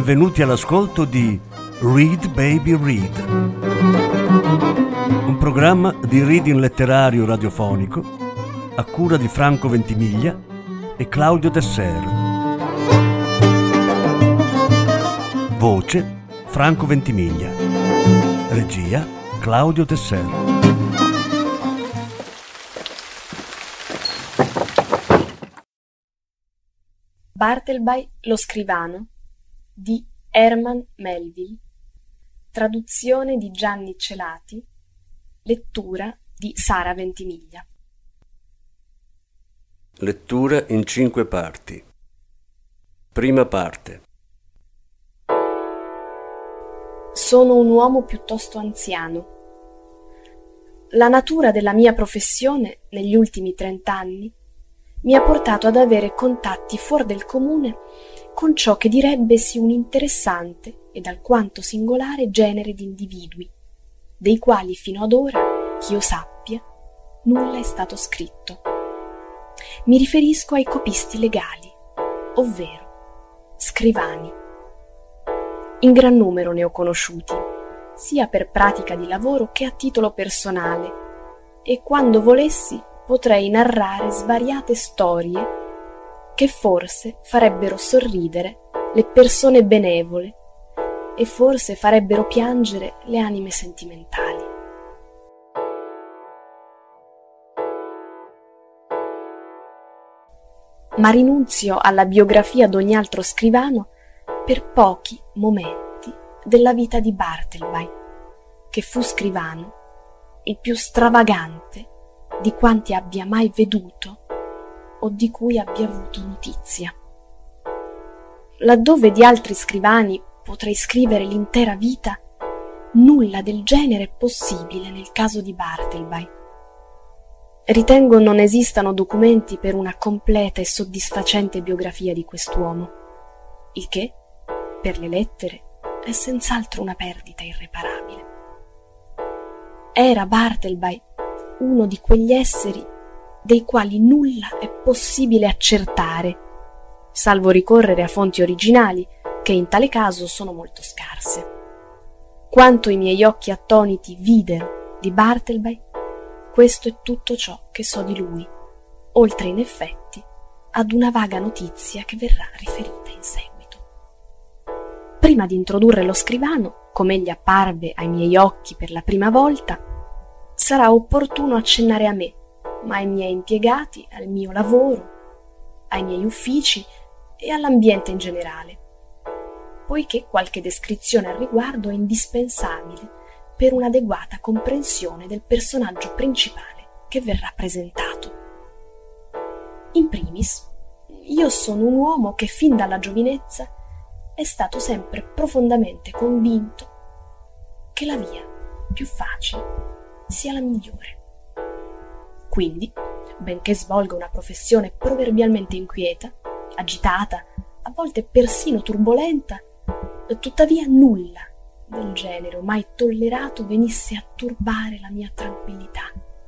benvenuti all'ascolto di Read Baby Read, un programma di reading letterario radiofonico a cura di Franco Ventimiglia e Claudio Desser. Voce Franco Ventimiglia. Regia Claudio Desser. Bartleby lo scrivano di Herman Melville. Traduzione di Gianni Celati. Lettura di Sara Ventimiglia. Lettura in 5 parti. Prima parte. Sono un uomo piuttosto anziano. La natura della mia professione negli ultimi 30 anni mi ha portato ad avere contatti fuori del comune con ciò che direbbesi un interessante ed alquanto singolare genere di individui, dei quali fino ad ora, ch'io sappia, nulla è stato scritto. Mi riferisco ai copisti legali, ovvero scrivani. In gran numero ne ho conosciuti, sia per pratica di lavoro che a titolo personale, e quando volessi potrei narrare svariate storie che forse farebbero sorridere le persone benevole e forse farebbero piangere le anime sentimentali. Ma rinunzio alla biografia d'ogni altro scrivano per pochi momenti della vita di Bartleby, che fu scrivano il più stravagante di quanti abbia mai veduto o di cui abbia avuto notizia. Laddove di altri scrivani potrei scrivere l'intera vita, nulla del genere è possibile nel caso di Bartleby. Ritengo non esistano documenti per una completa e soddisfacente biografia di quest'uomo, il che, per le lettere, è senz'altro una perdita irreparabile. Era Bartleby uno di quegli esseri dei quali nulla è possibile accertare, salvo ricorrere a fonti originali, che in tale caso sono molto scarse. Quanto i miei occhi attoniti videro di Bartleby, questo è tutto ciò che so di lui, oltre in effetti ad una vaga notizia che verrà riferita in seguito. Prima di introdurre lo scrivano, come egli apparve ai miei occhi per la prima volta, sarà opportuno accennare a me, ma ai miei impiegati, al mio lavoro, ai miei uffici e all'ambiente in generale, poiché qualche descrizione al riguardo è indispensabile per un'adeguata comprensione del personaggio principale che verrà presentato. In primis, io sono un uomo che fin dalla giovinezza è stato sempre profondamente convinto che la via più facile sia la migliore. Quindi, benché svolga una professione proverbialmente inquieta, agitata, a volte persino turbolenta, tuttavia nulla del genere ho mai tollerato venisse a turbare la mia tranquillità.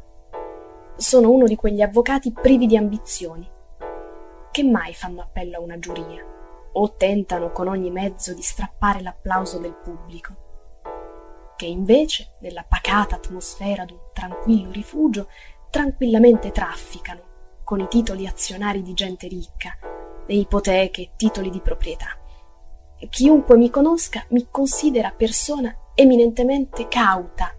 Sono uno di quegli avvocati privi di ambizioni, che mai fanno appello a una giuria o tentano con ogni mezzo di strappare l'applauso del pubblico, che invece, nella pacata atmosfera d'un tranquillo rifugio, tranquillamente trafficano con i titoli azionari di gente ricca, le ipoteche e titoli di proprietà. Chiunque mi conosca mi considera persona eminentemente cauta.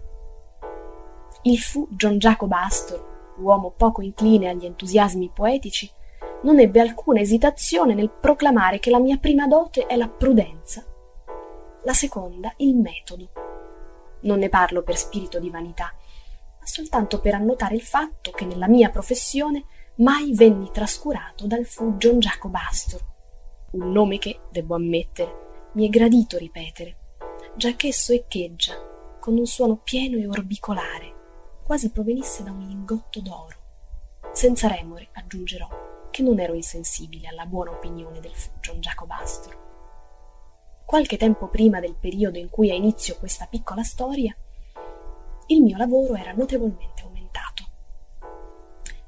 Il fu John Jacob Astor, uomo poco incline agli entusiasmi poetici, non ebbe alcuna esitazione nel proclamare che la mia prima dote è la prudenza, la seconda il metodo. Non ne parlo per spirito di vanità, ma soltanto per annotare il fatto che nella mia professione mai venni trascurato dal fu John Jacob Astor, un nome che, debbo ammettere, mi è gradito ripetere, giacché esso echeggia con un suono pieno e orbicolare, quasi provenisse da un lingotto d'oro. Senza remore aggiungerò che non ero insensibile alla buona opinione del fu John Jacob Astor. Qualche tempo prima del periodo in cui ha inizio questa piccola storia, il mio lavoro era notevolmente aumentato.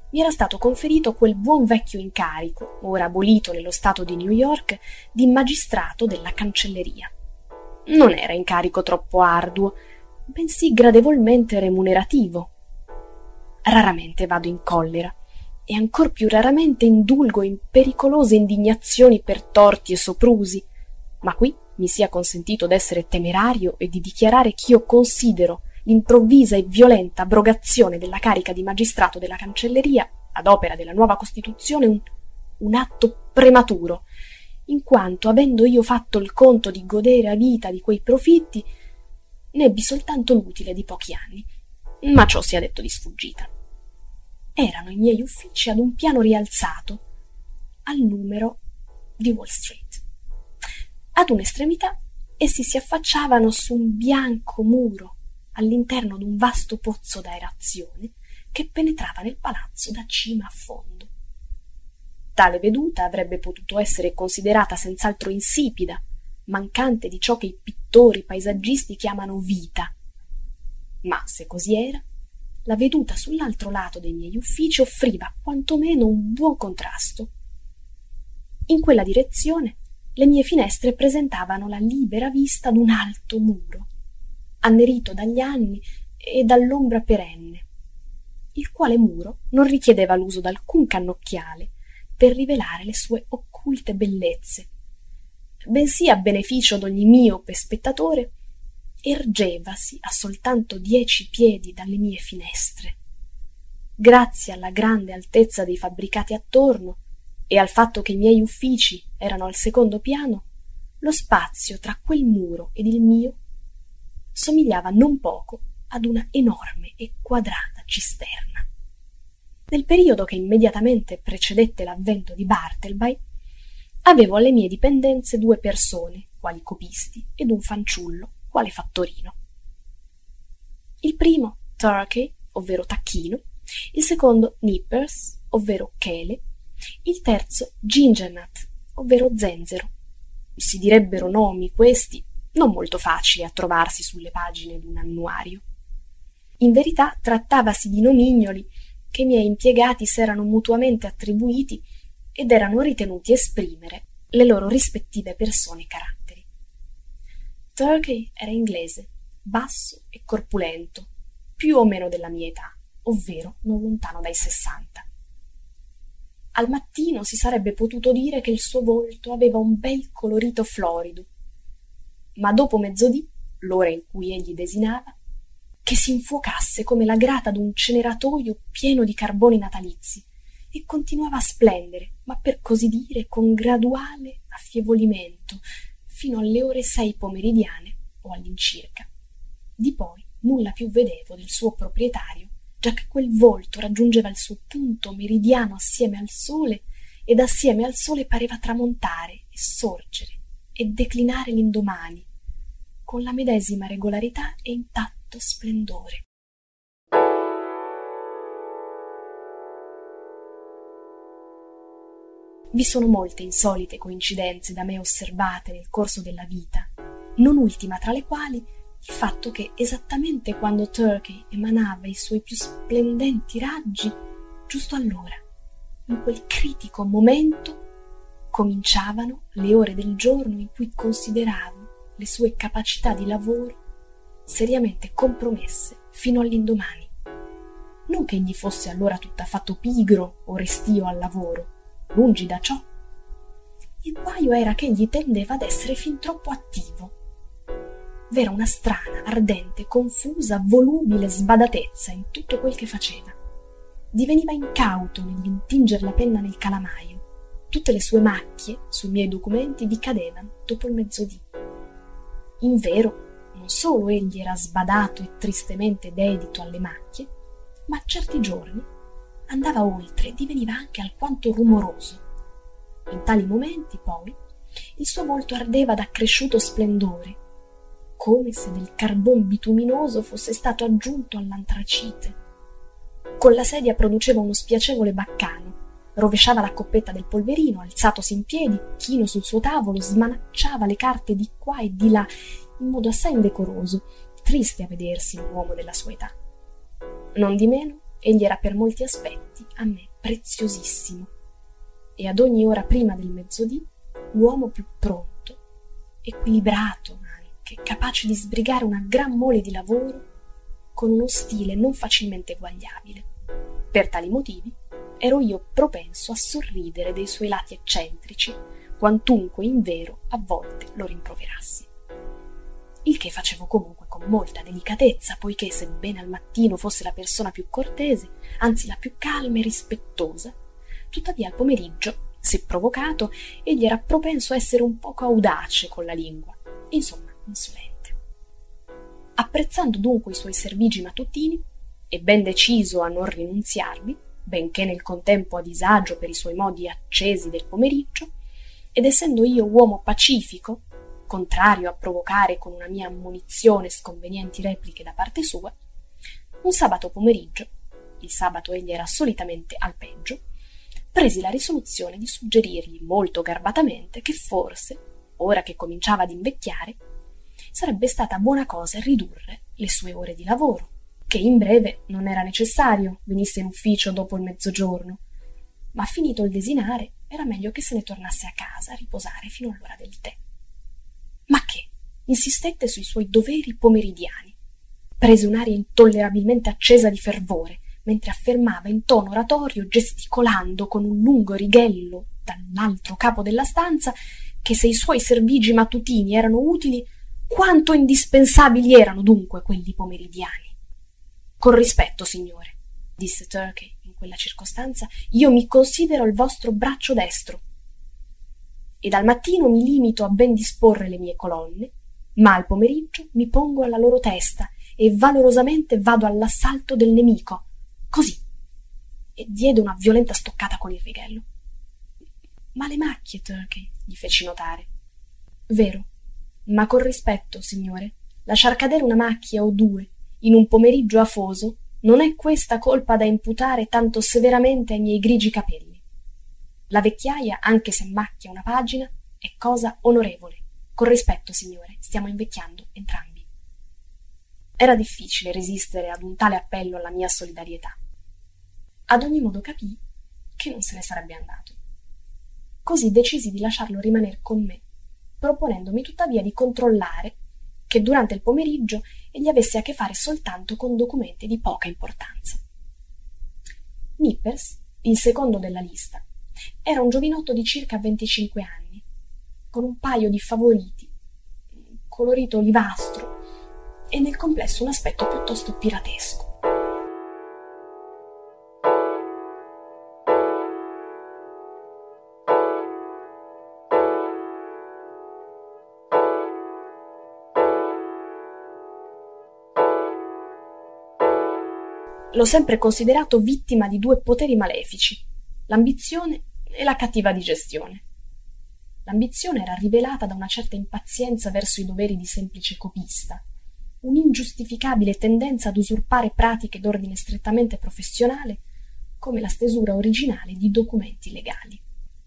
mi era stato conferito quel buon vecchio incarico, ora abolito nello stato di New York, di magistrato della cancelleria. Non era incarico troppo arduo, bensì gradevolmente remunerativo. Raramente vado in collera e ancor più raramente indulgo in pericolose indignazioni per torti e soprusi, ma qui mi sia consentito d'essere temerario e di dichiarare ch'io considero l'improvvisa e violenta abrogazione della carica di magistrato della cancelleria ad opera della nuova Costituzione un atto prematuro, in quanto, avendo io fatto il conto di godere a vita di quei profitti, ne ebbi soltanto l'utile di pochi anni, ma ciò sia detto di sfuggita. Erano i miei uffici ad un piano rialzato, al numero di Wall Street. Ad un'estremità essi si affacciavano su un bianco muro all'interno d'un vasto pozzo d'aerazione che penetrava nel palazzo da cima a fondo. Tale veduta avrebbe potuto essere considerata senz'altro insipida, mancante di ciò che i pittori paesaggisti chiamano vita. Ma se così era, la veduta sull'altro lato dei miei uffici offriva quantomeno un buon contrasto. In quella direzione le mie finestre presentavano la libera vista d'un alto muro, annerito dagli anni e dall'ombra perenne, il quale muro non richiedeva l'uso d'alcun cannocchiale per rivelare le sue occulte bellezze, bensì a beneficio d'ogni miope spettatore ergevasi a soltanto 10 piedi dalle mie finestre. Grazie alla grande altezza dei fabbricati attorno e al fatto che i miei uffici erano al secondo piano, lo spazio tra quel muro ed il mio somigliava non poco ad una enorme e quadrata cisterna. Nel periodo che immediatamente precedette l'avvento di Bartleby, avevo alle mie dipendenze 2 persone, quali copisti, ed un fanciullo, quale fattorino. Il primo, Turkey, ovvero Tacchino, il secondo, Nippers, ovvero Chele, il terzo, Gingernut, ovvero Zenzero. Si direbbero nomi questi non molto facili a trovarsi sulle pagine d'un annuario. In verità trattavasi di nomignoli che i miei impiegati s'erano mutuamente attribuiti ed erano ritenuti esprimere le loro rispettive persone e caratteri. Turkey era inglese, basso e corpulento, più o meno della mia età, ovvero non lontano dai 60. Al mattino si sarebbe potuto dire che il suo volto aveva un bel colorito florido, ma dopo mezzodì, l'ora in cui egli desinava, che si infuocasse come la grata d'un ceneratoio pieno di carboni natalizi e continuava a splendere, ma per così dire con graduale affievolimento, fino alle ore 6 pomeridiane o all'incirca. Di poi nulla più vedevo del suo proprietario, giacché quel volto raggiungeva il suo punto meridiano assieme al sole ed assieme al sole pareva tramontare e sorgere e declinare l'indomani con la medesima regolarità e intatto splendore. Vi sono molte insolite coincidenze da me osservate nel corso della vita, non ultima tra le quali il fatto che esattamente quando Turkey emanava i suoi più splendenti raggi, giusto allora, in quel critico momento, cominciavano le ore del giorno in cui consideravo le sue capacità di lavoro seriamente compromesse fino all'indomani. Non che egli fosse allora tutt'affatto pigro o restio al lavoro, lungi da ciò. Il guaio era che egli tendeva ad essere fin troppo attivo. V'era una strana, ardente, confusa, volubile sbadatezza in tutto quel che faceva. Diveniva incauto nell'intinger la penna nel calamaio. Tutte le sue macchie sui miei documenti vi cadevano dopo il mezzodì. Invero, non solo egli era sbadato e tristemente dedito alle macchie, ma a certi giorni andava oltre e diveniva anche alquanto rumoroso. In tali momenti, poi, il suo volto ardeva d'accresciuto splendore, come se del carbon bituminoso fosse stato aggiunto all'antracite. Con la sedia produceva uno spiacevole baccano, rovesciava la coppetta del polverino, alzatosi in piedi, chino sul suo tavolo, smanacciava le carte di qua e di là, in modo assai indecoroso, triste a vedersi un uomo della sua età. Nondimeno, egli era per molti aspetti a me preziosissimo, e ad ogni ora prima del mezzodì l'uomo più pronto, equilibrato anche, capace di sbrigare una gran mole di lavoro con uno stile non facilmente eguagliabile. Per tali motivi ero io propenso a sorridere dei suoi lati eccentrici, quantunque invero a volte lo rimproverassi. Il che facevo comunque con molta delicatezza, poiché sebbene al mattino fosse la persona più cortese, anzi la più calma e rispettosa, tuttavia al pomeriggio, se provocato, egli era propenso a essere un poco audace con la lingua, insomma insolente. Apprezzando dunque i suoi servigi mattutini e ben deciso a non rinunziarvi, benché nel contempo a disagio per i suoi modi accesi del pomeriggio, ed essendo io uomo pacifico, contrario a provocare con una mia ammonizione sconvenienti repliche da parte sua, un sabato pomeriggio, il sabato egli era solitamente al peggio, presi la risoluzione di suggerirgli molto garbatamente che forse, ora che cominciava ad invecchiare, sarebbe stata buona cosa ridurre le sue ore di lavoro, che in breve non era necessario venisse in ufficio dopo il mezzogiorno, ma finito il desinare era meglio che se ne tornasse a casa a riposare fino all'ora del tè. Ma che? Insistette sui suoi doveri pomeridiani. Prese un'aria intollerabilmente accesa di fervore, mentre affermava in tono oratorio, gesticolando con un lungo righello dall'altro capo della stanza, che se i suoi servigi mattutini erano utili, quanto indispensabili erano dunque quelli pomeridiani. Con rispetto, signore, disse Turkey in quella circostanza, io mi considero il vostro braccio destro, e dal mattino mi limito a ben disporre le mie colonne, ma al pomeriggio mi pongo alla loro testa e valorosamente vado all'assalto del nemico, così, e diede una violenta stoccata con il righello. Ma le macchie, Turkey, gli feci notare. Vero, ma con rispetto, signore, lasciar cadere una macchia o due in un pomeriggio afoso non è questa colpa da imputare tanto severamente ai miei grigi capelli. La vecchiaia, anche se macchia una pagina, è cosa onorevole. Con rispetto, signore, stiamo invecchiando entrambi. Era difficile resistere ad un tale appello alla mia solidarietà. Ad ogni modo capii che non se ne sarebbe andato. Così decisi di lasciarlo rimanere con me, proponendomi tuttavia di controllare che durante il pomeriggio egli avesse a che fare soltanto con documenti di poca importanza. Nippers, il secondo della lista, era un giovinotto di circa 25 anni, con un paio di favoriti, colorito olivastro e nel complesso un aspetto piuttosto piratesco. L'ho sempre considerato vittima di due poteri malefici, l'ambizione e la cattiva digestione. L'ambizione era rivelata da una certa impazienza verso i doveri di semplice copista, un'ingiustificabile tendenza ad usurpare pratiche d'ordine strettamente professionale come la stesura originale di documenti legali.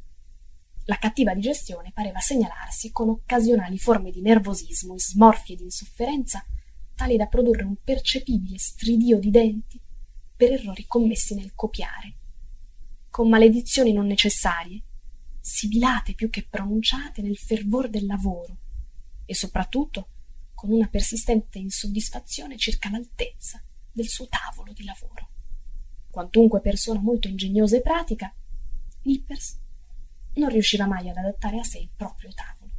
La cattiva digestione pareva segnalarsi con occasionali forme di nervosismo e smorfie di insofferenza tali da produrre un percepibile stridio di denti per errori commessi nel copiare, con maledizioni non necessarie, sibilate più che pronunciate nel fervor del lavoro, e soprattutto con una persistente insoddisfazione circa l'altezza del suo tavolo di lavoro. Quantunque persona molto ingegnosa e pratica, Nippers non riusciva mai ad adattare a sé il proprio tavolo.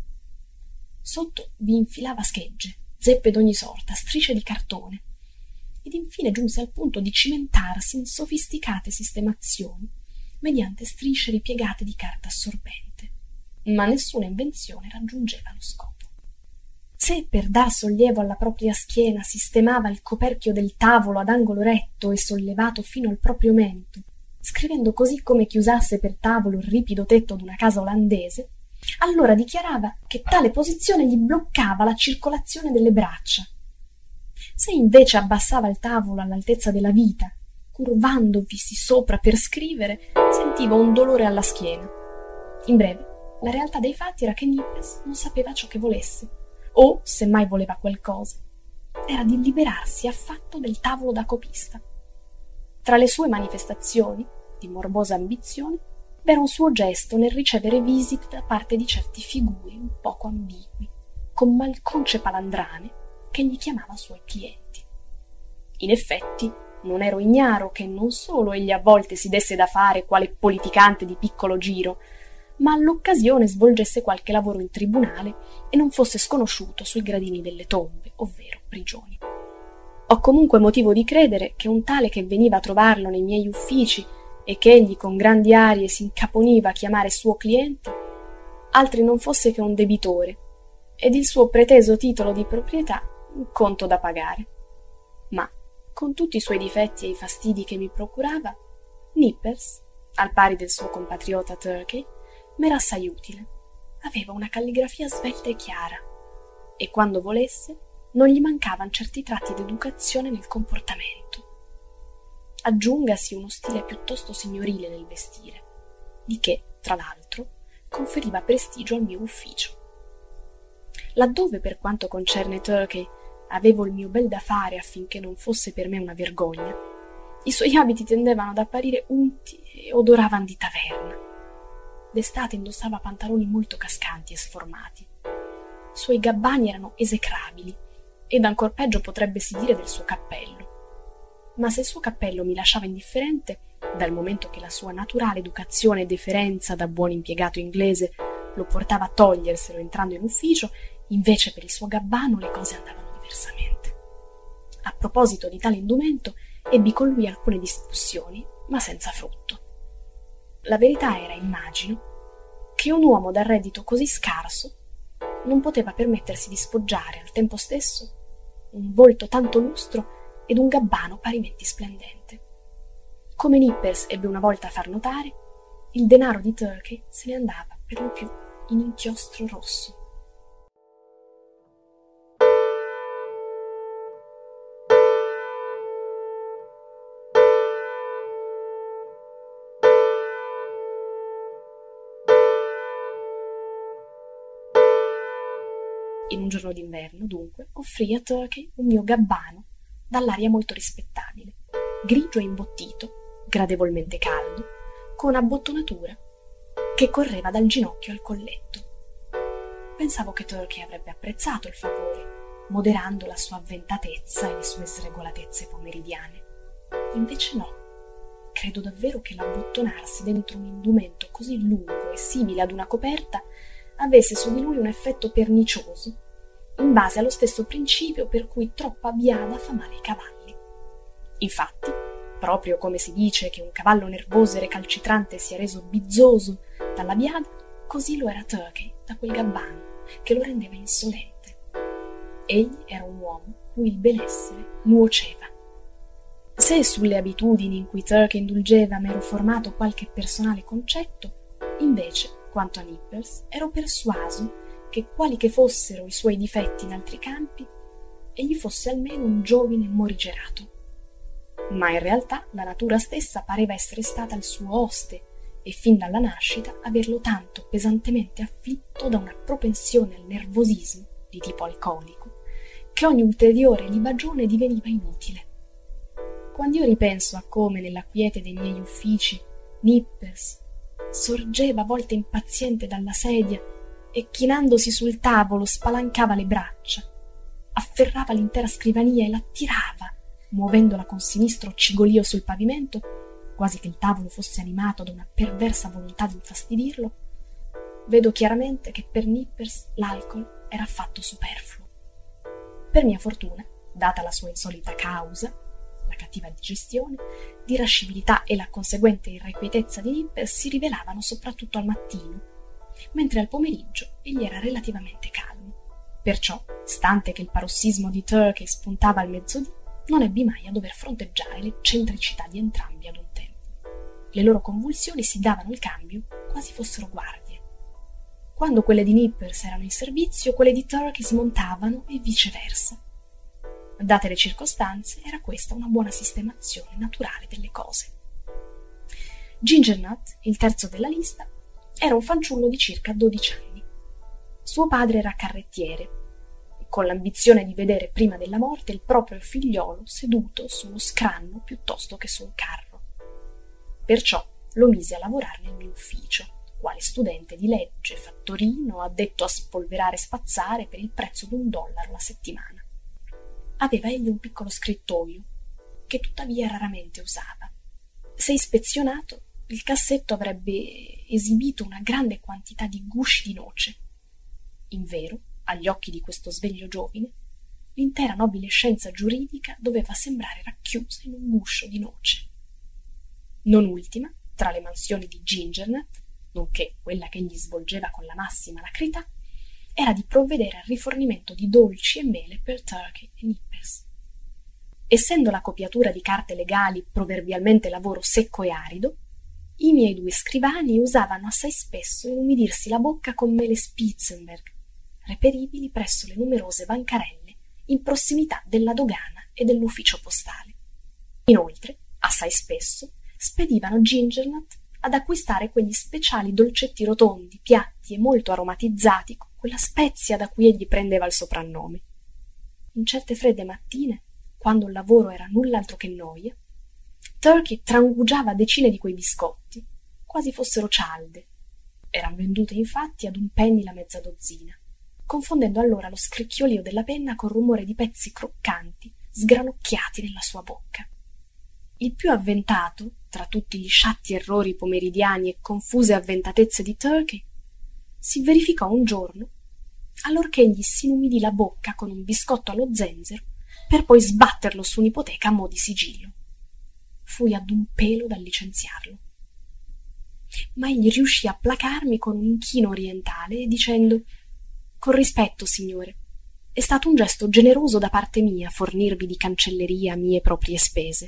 Sotto vi infilava schegge, zeppe d'ogni sorta, strisce di cartone, ed infine giunse al punto di cimentarsi in sofisticate sistemazioni mediante strisce ripiegate di carta assorbente, ma nessuna invenzione raggiungeva lo scopo. Se per dar sollievo alla propria schiena sistemava il coperchio del tavolo ad angolo retto e sollevato fino al proprio mento, scrivendo così come chi usasse per tavolo il ripido tetto d'una casa olandese, allora dichiarava che tale posizione gli bloccava la circolazione delle braccia. Se invece abbassava il tavolo all'altezza della vita, curvandovisi sopra per scrivere, sentiva un dolore alla schiena. In breve, la realtà dei fatti era che Nippers non sapeva ciò che volesse, o, se mai voleva qualcosa, era di liberarsi affatto del tavolo da copista. Tra le sue manifestazioni di morbosa ambizione v'era un suo gesto nel ricevere visite da parte di certi figuri un poco ambigui, con malconce palandrane che gli chiamava suoi clienti. In effetti, non ero ignaro che non solo egli a volte si desse da fare quale politicante di piccolo giro, ma all'occasione svolgesse qualche lavoro in tribunale e non fosse sconosciuto sui gradini delle tombe, ovvero prigioni. Ho comunque motivo di credere che un tale che veniva a trovarlo nei miei uffici e che egli con grandi arie si incaponiva a chiamare suo cliente, altri non fosse che un debitore ed il suo preteso titolo di proprietà un conto da pagare. Ma, con tutti i suoi difetti e i fastidi che mi procurava, Nippers, al pari del suo compatriota Turkey, m'era assai utile. Aveva una calligrafia svelta e chiara e quando volesse non gli mancavan certi tratti d'educazione nel comportamento. Aggiungasi uno stile piuttosto signorile nel vestire, di che, tra l'altro, conferiva prestigio al mio ufficio. Laddove, per quanto concerne Turkey, avevo il mio bel da fare affinché non fosse per me una vergogna, i suoi abiti tendevano ad apparire unti e odoravano di taverna. D'estate indossava pantaloni molto cascanti e sformati. I suoi gabbani erano esecrabili, ed ancor peggio potrebbesi dire del suo cappello. Ma se il suo cappello mi lasciava indifferente, dal momento che la sua naturale educazione e deferenza da buon impiegato inglese lo portava a toglierselo entrando in ufficio, invece per il suo gabbano le cose andavano diversamente. A proposito di tale indumento, ebbi con lui alcune discussioni, ma senza frutto. La verità era, immagino, che un uomo dal reddito così scarso non poteva permettersi di sfoggiare al tempo stesso un volto tanto lustro ed un gabbano parimenti splendente. Come Nippers ebbe una volta a far notare, il denaro di Turkey se ne andava per lo più in inchiostro rosso. In un giorno d'inverno, dunque, offrii a Turkey un mio gabbano dall'aria molto rispettabile, grigio e imbottito, gradevolmente caldo, con abbottonatura che correva dal ginocchio al colletto. Pensavo che Turkey avrebbe apprezzato il favore, moderando la sua avventatezza e le sue sregolatezze pomeridiane. Invece no. Credo davvero che l'abbottonarsi dentro un indumento così lungo e simile ad una coperta avesse su di lui un effetto pernicioso, in base allo stesso principio per cui troppa biada fa male ai cavalli. Infatti, proprio come si dice che un cavallo nervoso e recalcitrante sia reso bizzoso dalla biada, così lo era Turkey da quel gabbano che lo rendeva insolente. Egli era un uomo cui il benessere nuoceva. Se sulle abitudini in cui Turkey indulgeva m'ero formato qualche personale concetto, invece, quanto a Nippers, ero persuaso che, quali che fossero i suoi difetti in altri campi, egli fosse almeno un giovine morigerato. Ma in realtà la natura stessa pareva essere stata il suo oste e fin dalla nascita averlo tanto pesantemente afflitto da una propensione al nervosismo di tipo alcolico che ogni ulteriore libagione diveniva inutile. Quando io ripenso a come nella quiete dei miei uffici Nippers sorgeva a volte impaziente dalla sedia e chinandosi sul tavolo spalancava le braccia, afferrava l'intera scrivania e la tirava, muovendola con sinistro cigolio sul pavimento, quasi che il tavolo fosse animato da una perversa volontà di infastidirlo, vedo chiaramente che per Nippers l'alcol era affatto superfluo. Per mia fortuna, data la sua insolita causa, la cattiva digestione, l'irascibilità e la conseguente irrequietezza di Nippers si rivelavano soprattutto al mattino, mentre al pomeriggio egli era relativamente calmo. Perciò, stante che il parossismo di Turkey spuntava al mezzodì, non ebbi mai a dover fronteggiare l'eccentricità di entrambi ad un tempo. Le loro convulsioni si davano il cambio quasi fossero guardie. Quando quelle di Nippers erano in servizio, quelle di Turkey smontavano e viceversa. Date le circostanze, era questa una buona sistemazione naturale delle cose. Gingernut, il terzo della lista, era un fanciullo di circa 12 anni. Suo padre era carrettiere, con l'ambizione di vedere prima della morte il proprio figliolo seduto su uno scranno piuttosto che su un carro. Perciò lo mise a lavorare nel mio ufficio, quale studente di legge, fattorino, addetto a spolverare e spazzare per il prezzo di $1 la settimana. Aveva egli un piccolo scrittoio, che tuttavia raramente usava. Se ispezionato, il cassetto avrebbe esibito una grande quantità di gusci di noce. Invero, agli occhi di questo sveglio giovine, l'intera nobile scienza giuridica doveva sembrare racchiusa in un guscio di noce. Non ultima, tra le mansioni di Gingernet, nonché quella che egli svolgeva con la massima alacrità, era di provvedere al rifornimento di dolci e mele per Turkey e Nippers. Essendo la copiatura di carte legali proverbialmente lavoro secco e arido, i miei 2 scrivani usavano assai spesso inumidirsi la bocca con mele Spitzenberg, reperibili presso le numerose bancarelle in prossimità della dogana e dell'ufficio postale. Inoltre, assai spesso, spedivano Gingernet ad acquistare quegli speciali dolcetti rotondi, piatti e molto aromatizzati con quella spezia da cui egli prendeva il soprannome. In certe fredde mattine, quando il lavoro era null'altro che noia, Turkey trangugiava decine di quei biscotti, quasi fossero cialde. Eran vendute infatti ad $1 la mezza dozzina, confondendo allora lo scricchiolio della penna col rumore di pezzi croccanti sgranocchiati nella sua bocca. Il più avventato, tra tutti gli sciatti errori pomeridiani e confuse avventatezze di Turkey, si verificò un giorno, allorché egli si inumidì la bocca con un biscotto allo zenzero per poi sbatterlo su un'ipoteca a mo' di sigillo. Fui ad un pelo dal licenziarlo. Ma egli riuscì a placarmi con un inchino orientale dicendo: «Con rispetto, signore, è stato un gesto generoso da parte mia fornirvi di cancelleria a mie proprie spese».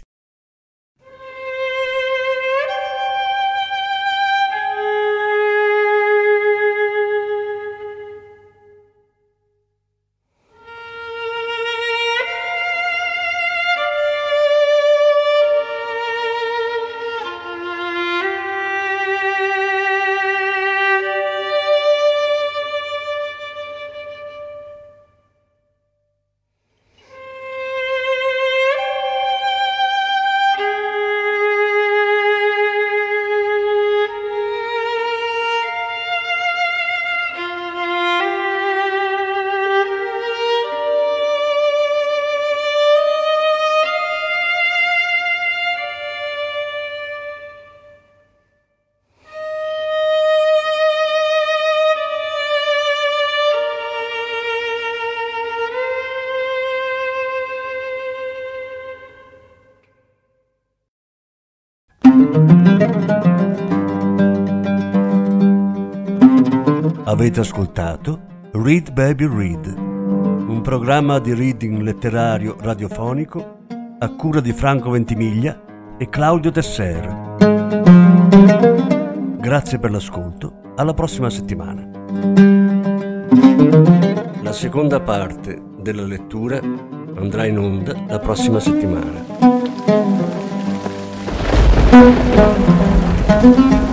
Avete ascoltato Read Baby Read, un programma di reading letterario radiofonico a cura di Franco Ventimiglia e Claudio Tesser. Grazie per l'ascolto, alla prossima settimana. La seconda parte della lettura andrà in onda la prossima settimana.